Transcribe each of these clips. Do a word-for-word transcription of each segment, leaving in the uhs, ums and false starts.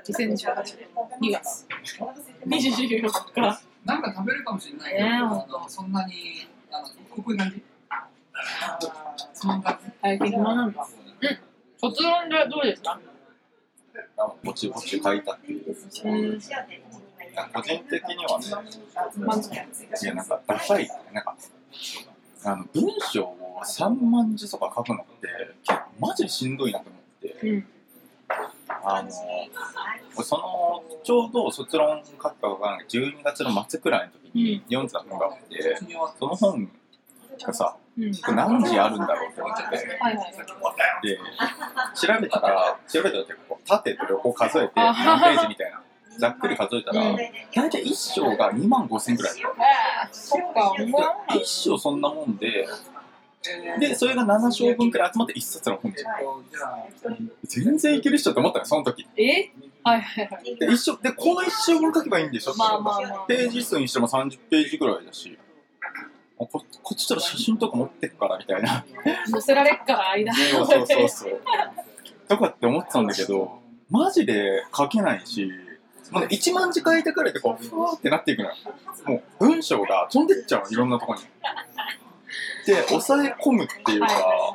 にせんじゅうはちねんにがつにじゅうよっか。 なんか食べるかもしれないけど、 ね、 そんなにあのこういう感じ。そんな感じ。 最近暇なんだ。うん。卒論でどうですか？ ぼちぼち書いたっていう。うん、個人的にはね、いやなんかダサいなんかあの文章をさんまんじとか書くのってマジでしんどいなと思って、うん、あのそのちょうど卒論書くかがじゅうにがつの末くらいの時に読んでた本があって、うん、その本がさ、うん、何時あるんだろうって思ってて、で調べたら調べたら結構縦と横数えて何ページみたいなざっくり数えたら、うん、大体いっ章がにまんごせんくらい。 そっか、 いっ章そんなもんで、でそれがなな章分くらい集まっていっさつの本じゃん。全然いけるっしょって思ったのその時。 え？はいはいはい。 で一章でこのいっ章分書けばいいんでしょ。 まあまあまあ。 ページ数にしてもさんじゅっページぐらいだし。こ, こっちちょっと写真とか持ってっからみたいな載せられっから間そうそうそうそうとかって思ってたんだけどマジで書けないしもういちまんじ書いてくれてこうふわーってなっていくのよ。もう文章が飛んでっちゃういろんなとこにで抑え込むっていうか、はい、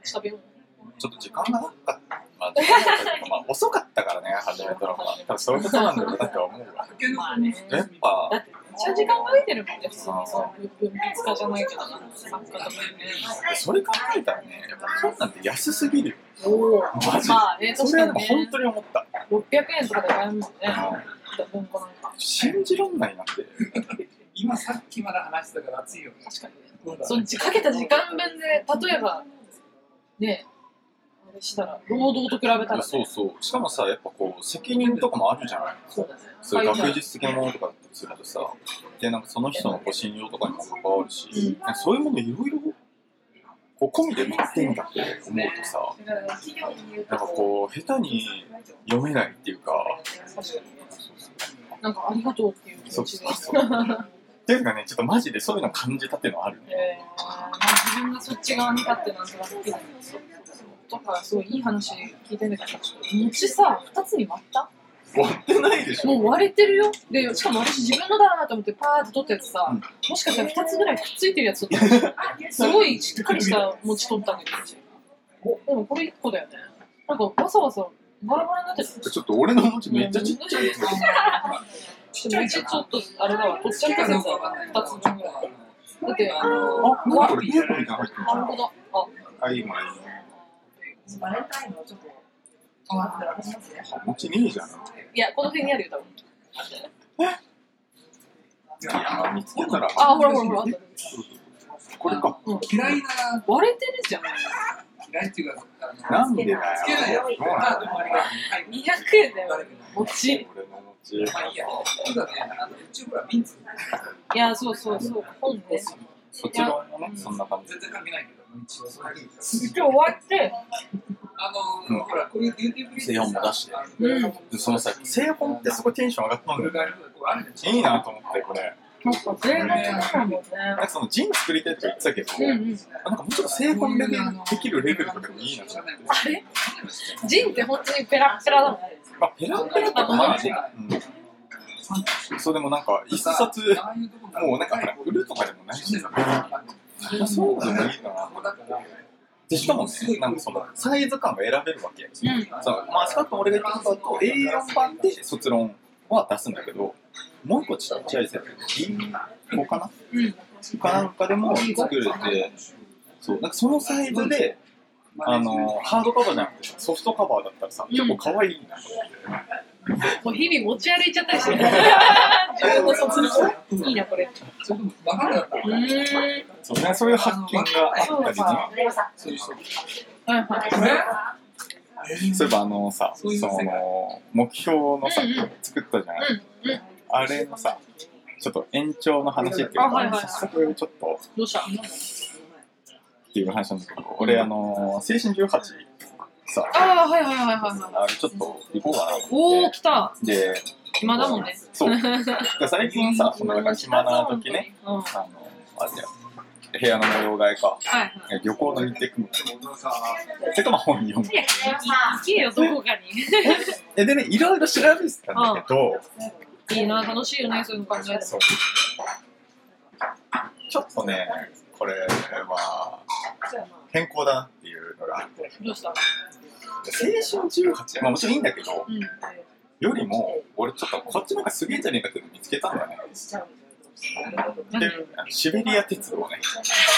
ちょっと時間がなかった、まあ、時間がなかったまあ遅かったからね始めたのが多分そういうことなんだろうなって思うわまあ、ね、やっぱめっちゃ時間がかけてるもんね、普通にそう、文筆家じゃないけど、作家とかね。 それ考えたらね、やっぱ本なんて安すぎるよ。 おー、 マジで。 まあね、 それはでも本当に思った。 ろっぴゃくえんとかで買えるもんね、文庫なんか。 信じらんないなって。 今さっきまで話してたから熱いよね。 確かにね。そのかけた時間分で、例えば、ね、あれしたら、労働と比べたら、ね。 そうそう。しかもさ、やっぱこう、責任とかもあるじゃない。 そうだね。 そういう学術的なものとかだったりするとさ、でなんかその人のこう信用とかにも関わるし、うん、そういうものいろいろこう込みで売ってんだって思うとさ、なんかこう下手に読めないっていうか、 なんかありがとうっていう気持ちで。 そうそうそうっていうかね、ちょっとマジでそういうの感じたっていうのはあるね。 えー、自分がそっち側に立ってなんとなくけど、とかすごいいい話聞いてんだけど、餅さふたつに割った？ 割ってないでしょ。 もう割れてるよ。で、しかも私自分のだなと思ってパーって取ったやつさ、うん、もしかしたらふたつぐらいくっついてるやつ取ったすごいしっかりした餅取ったんだけど、でもこれいっこだよね。なんかわさわさバラバラになってる。 ちょっと俺の餅めっちゃちっちゃい。 ちょっとちょっとあれだわ、取っちゃったやつだわ、ふたつぶんぐらい。だって、あのあ、なんかこれテープみたいなの入ってる。 なるほど。あ、 あ、いいもんいいもん。バレンタインのちょっと。餅ねえじゃん。 いや、この辺にあるよ、多分。 いや、見つけたら。 あ、ほらほらほら。 これか。 嫌いな。 割れてるじゃん。 嫌いっていうか、 なんでだよ。 つけないよ。あ、でもありがとう。 にひゃくえんだよ。餅。 俺の餅。 まあいいや。そうだね。あの、一応ほら、ミンツ。 いや、そうそうそう。本です。 そちらもね、そんな感じ。 全然関係ないけど、一応そういう。 今日終わって。 あのー、ほら、こういう YouTube 製本も出して、 うん、 そのさ、製本ってすごいテンション上がったんだよ。いいなと思って、これ。 なんか製本だもんね。 なんかそのジン作りたいとか言ってたけど、うんうん、なんかもうちょっと製本レベルできるレベルとかでもいいなと思って。 あれジンって本当にペラペラだもんね。 まあ、ペラペラとかまあ、うん、そうでもなんか一冊、もうなんかほら、売るとかでもないしさ、そういうのもいいかなと思って。でしかもね、なんかそのサイズ感が選べるわけ。うん、そのまあ、少なくとも俺が言ってたのと エーよん 版で卒論は出すんだけど、もう一個ちっちゃいセット、ビンゴかな、うん、かなんかでも作れて、そうなんかそのサイズで、あのハードカバーじゃなくてソフトカバーだったらさ、結構可愛いなと思って。 もう日々持ち歩いちゃったりして、ね、自分の卒論いいなこれ。 分かんなかった。 そうね、そういう発見があったりね。 そういう人。 はいはい。 そういえばあのさ、その目標のさ、うんうん、作ったじゃない、うんうん、あれのさ、ちょっと延長の話っていうか、はいはい、早速ちょっとどうしたっていう話なんだけど、うん、俺あの青春じゅうはちさ、 ああはいはいはいはい、 あれちょっと行こうかなと思って。 おお来た。 で、 暇だもんね。 そう。最近さ、そのなんか暇な時ね、うん、あのあれだよ。 部屋の模様替えか、 はいはい。 旅行の日程組む。それかまあ本読む。 いや、行けよ、どこかに。 えでね、いろいろ調べてたんだけど、 いいな、楽しいよね、そういうの考えるそうちょっとね、これは変更だなっていうのがあって、 どうした？ 青春じゅうはち、まあもちろんいいんだけど、 うん。 よりも、俺ちょっとこっちの方がすげえんじゃねえかっていうのを見つけたんだよね。で、シベリア鉄道ね。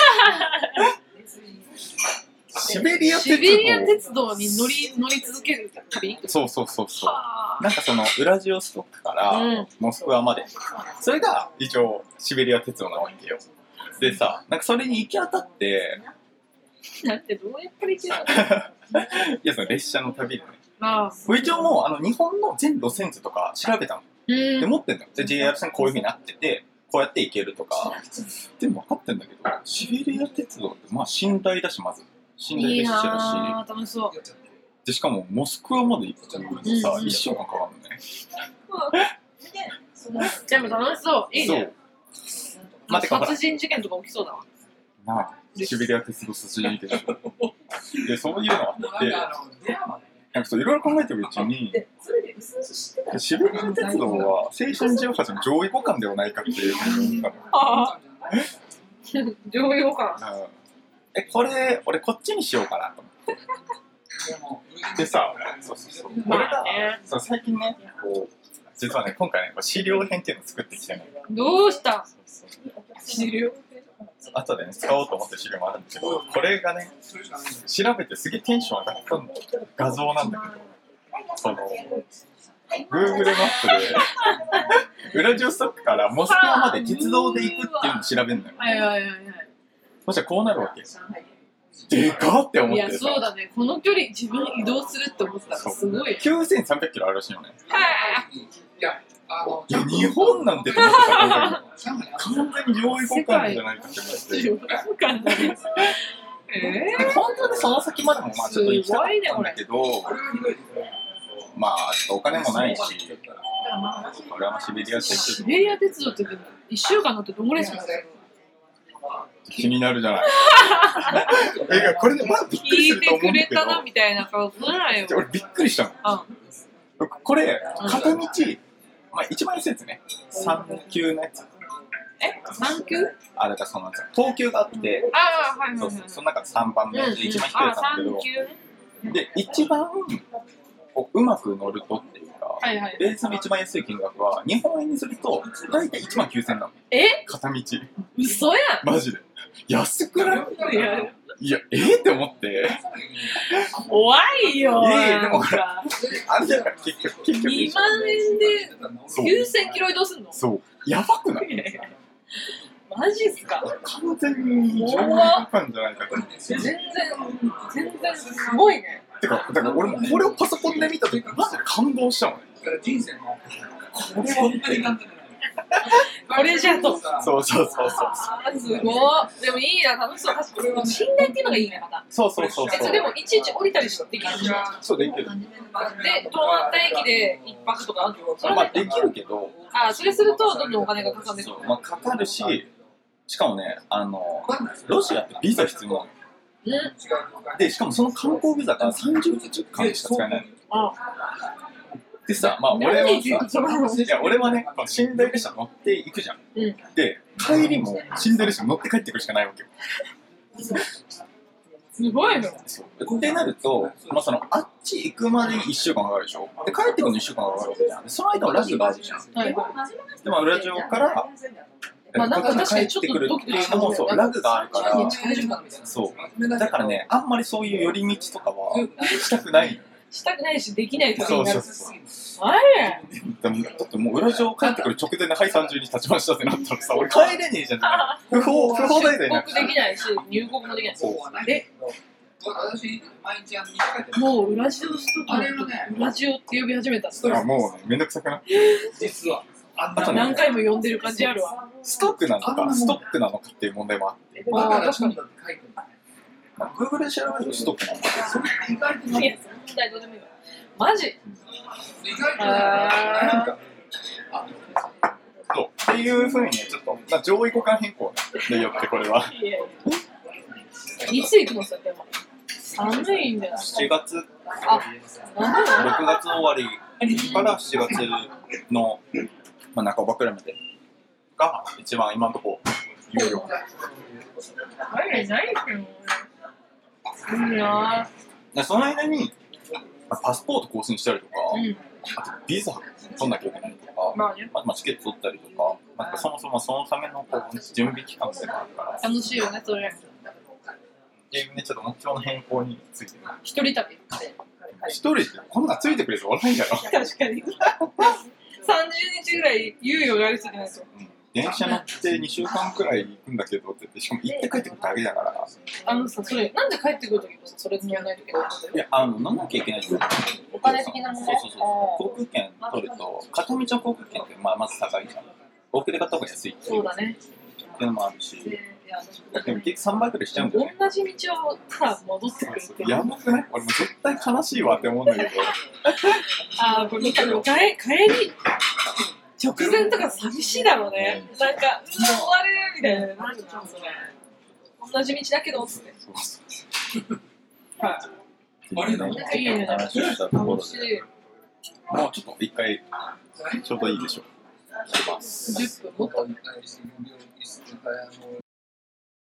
シベリア鉄道。 シベリア鉄道に乗り乗り続ける旅？ そうそうそうそう。 はなんかそのウラジオストックからうんモスクワまで、それが一応シベリア鉄道なわけよ。でさ、なんかそれに行き当たって、 あ。なんてどうやって行けるの？ いやその列車の旅でね。 ああ。 一応もうあの日本の全路線図とか調べたの。 うんで持ってんのよ。で ジェイアール 線こういう風になってて、こうやって行けるとか。でも分かってんだけど、シベリア鉄道ってまあ寝台だしまず。寝台いい列車だなぁ、楽しそう。 し。でしかもモスクワまで行くのにさ、 うんうん一週間かかるのね。 でも楽しそう。いいね。 そう。まあ、てかほら殺人事件とか起きそうだわ。 なあ、シベリア鉄道殺人事件で、そういうのがあって、なんかそういろいろ考えてるうちに、シベリア鉄道は青春じゅうはちの上位互換ではないかっていうふうに思ったの。 ああ。上位互換。 うんえ、これ、俺こっちにしようかなと思って。でさ、そうそうそう。俺が、 まあね。 そう最近ね、こう、実はね、今回ね、こう資料編っていうのを作ってきてね。 どうした？ そう資料。 後でね、使おうと思ってる資料もあるんだけど、これがね、調べてすげえテンション上がったの画像なんだけど、その、Google マップで、ウラジオストックからモスクワまで鉄道で行くっていうのを調べるのよ。 はいはいはいはい。 そしたらこうなるわけ。でかって思いや、 ってさそうだね。この距離自分移動するって思ったらすごい。 きゅうせんさんびゃくキロあるらしいよね。 いや、あの、 いや、日本なんてと思ってた完全に上位互換じゃないかって思って。 上位互換だね。え本当にその先までもまあちょっと行きたかったんだけど、まあちょっとお金もないし、俺はシベリアー、 鉄シベリア鉄道っていっしゅうかん乗ってどんぐらいするの？ 気になるじゃない。え、これでまだびっくりすると聞いてく思うんだけど、 れたなみたいな顔すなよ。 俺びっくりしたの。 あ、 これ、片道、まあ一番安いやつね、さん級のやつ。 え、さん級？ あ、だからその東急があって、 ああ、はいはいはい。 そうそう、その中でさんばんめで一番低いやつなんだけど、 あ、さん級ね。 で、一番こううまく乗るとっていうか、 はいはい。 ベースの一番安い金額は、日本円にすると、大体いちまんきゅうせんえんなの。 え？ 片道。 嘘やマジで。安くない？ ん。いや、 いや、えー、って思って。 怖いよ。 いやいやでもなんかあれだから結局、結局にまんえんでそうきゅうせんキロ移動すんの？ そう。やばくない？ マジっすか？ 完全に上位互換じゃないかと思って。 全然、全然すごいね。 てか、だから俺もこれをパソコンで見たとき、マジで感動したもんね。 人生の、 これは、 これじゃと。 そうそうそうそう。 あーすごい。でもいいな、楽しそう。確かに。寝台っていうのがいいね、また。 そうそうそうそう。 えそれでもいちいち降りたりしできるでしょ？ そうできる。 で、止まった駅で一泊とかあるの？それはまあできるけど、 あ、それするとどんどんお金がかかるんでそうまあかかるし、しかもね、あの、ロシアってビザ必要なの。 うん。 で、しかもその観光ビザがさんじゅうにちかんしか使えないの。 あ、 でさ、まあ俺は何言ってさ、 んの？ いや俺はね、この寝台列車乗っていくじゃん。 うん。 で、帰りも寝台列車乗って帰ってくるしかないわけよ。 すごいの。 そうってなると、まあ、そのあっち行くまでにいっしゅうかんかかるでしょ。で、帰ってくるのにいっしゅうかんかかるわけじゃん。でその間はラジオがあるじゃん。 はい。 で、まあ、ウラジオから、 まあなんかこっちに帰ってくるっていうのも、そう、ラグがあるから、 大丈夫かみたいな。 そう。だからね、あんまりそういう寄り道とかはしたくない。 したくないし、できない時そうになる。 そうそう。 あれでもだってもう裏上帰ってくる直前で、はいさんじゅうにち経ちましたってなったらさ、俺帰れねえじゃん。不法、不法滞在になっ入国できないし、入国もできない。 そうえ、 私、毎日あの、短いってもうウラジオストあれはねウラジオって呼び始めた。 あもうね、めんどくさくない？ 実は、あんあとね何回も呼んでる感じあるわ。 ストックなのか、ストックなのかっていう問題もあって、 ああ、確かに。 まあ、Google で調べるとストックなのか。 それ意外といや、その問題どうでもいいわ。マジ？ 意外となんか、 そう。っていうふうにちょっと、まあ、上位互換変更でよってこれは。 いやいやいつ行くのそれでも。寒いんだよ。 しちがつ、 あ、なんでろくがつ終わりからしちがつの、まあ、半ばくらいまでが一番今のところ有料。 あれないけど。いいなでその間に、まあ、パスポート更新したりとか、 うん。 あとビザ取んなきゃいけないとか、 まあね。 あとまあチケット取ったりとか、なんかそもそもそのためのこう準備期間っていうのがあるから、 楽しいよね、それ。 っていうね、ちょっと目標の変更についてる。 一人旅。 一人でこんなんついてくれる人おらないんだよ。 確かに。さんじゅうにちぐらい猶予がありすぎないですよ。 電車乗ってにしゅうかんくらい行くんだけどって言って、しかも行って帰ってくるだけだから。 あのさ、それ、なんで帰ってくるときもさ、それ乗らないといけないのいや、あの、乗んなきゃいけないんだよ。 お金的なものそうそうそう。航空券取ると、片道の航空券ってまあまず高いじゃん。往復で買った方が安いっていうそうだね。 っていうのもあるし、 でいやでも結局さんばいくらいしちゃうんだよね。 同じ道をさ、戻ってくるって。 やばくない？俺も絶対悲しいわって思うんだけど。 ああ、これ、帰帰り、直前とか寂しいだろうね。なんか、うわ、終わるみたいな。なんかそれ。同じ道だけど、つって。 そうそうはい。なんかいいね。 話をしたところ楽しい。 で、もうちょっと一回、ちょうどいいでしょう。します。 じゅっぷんもっと。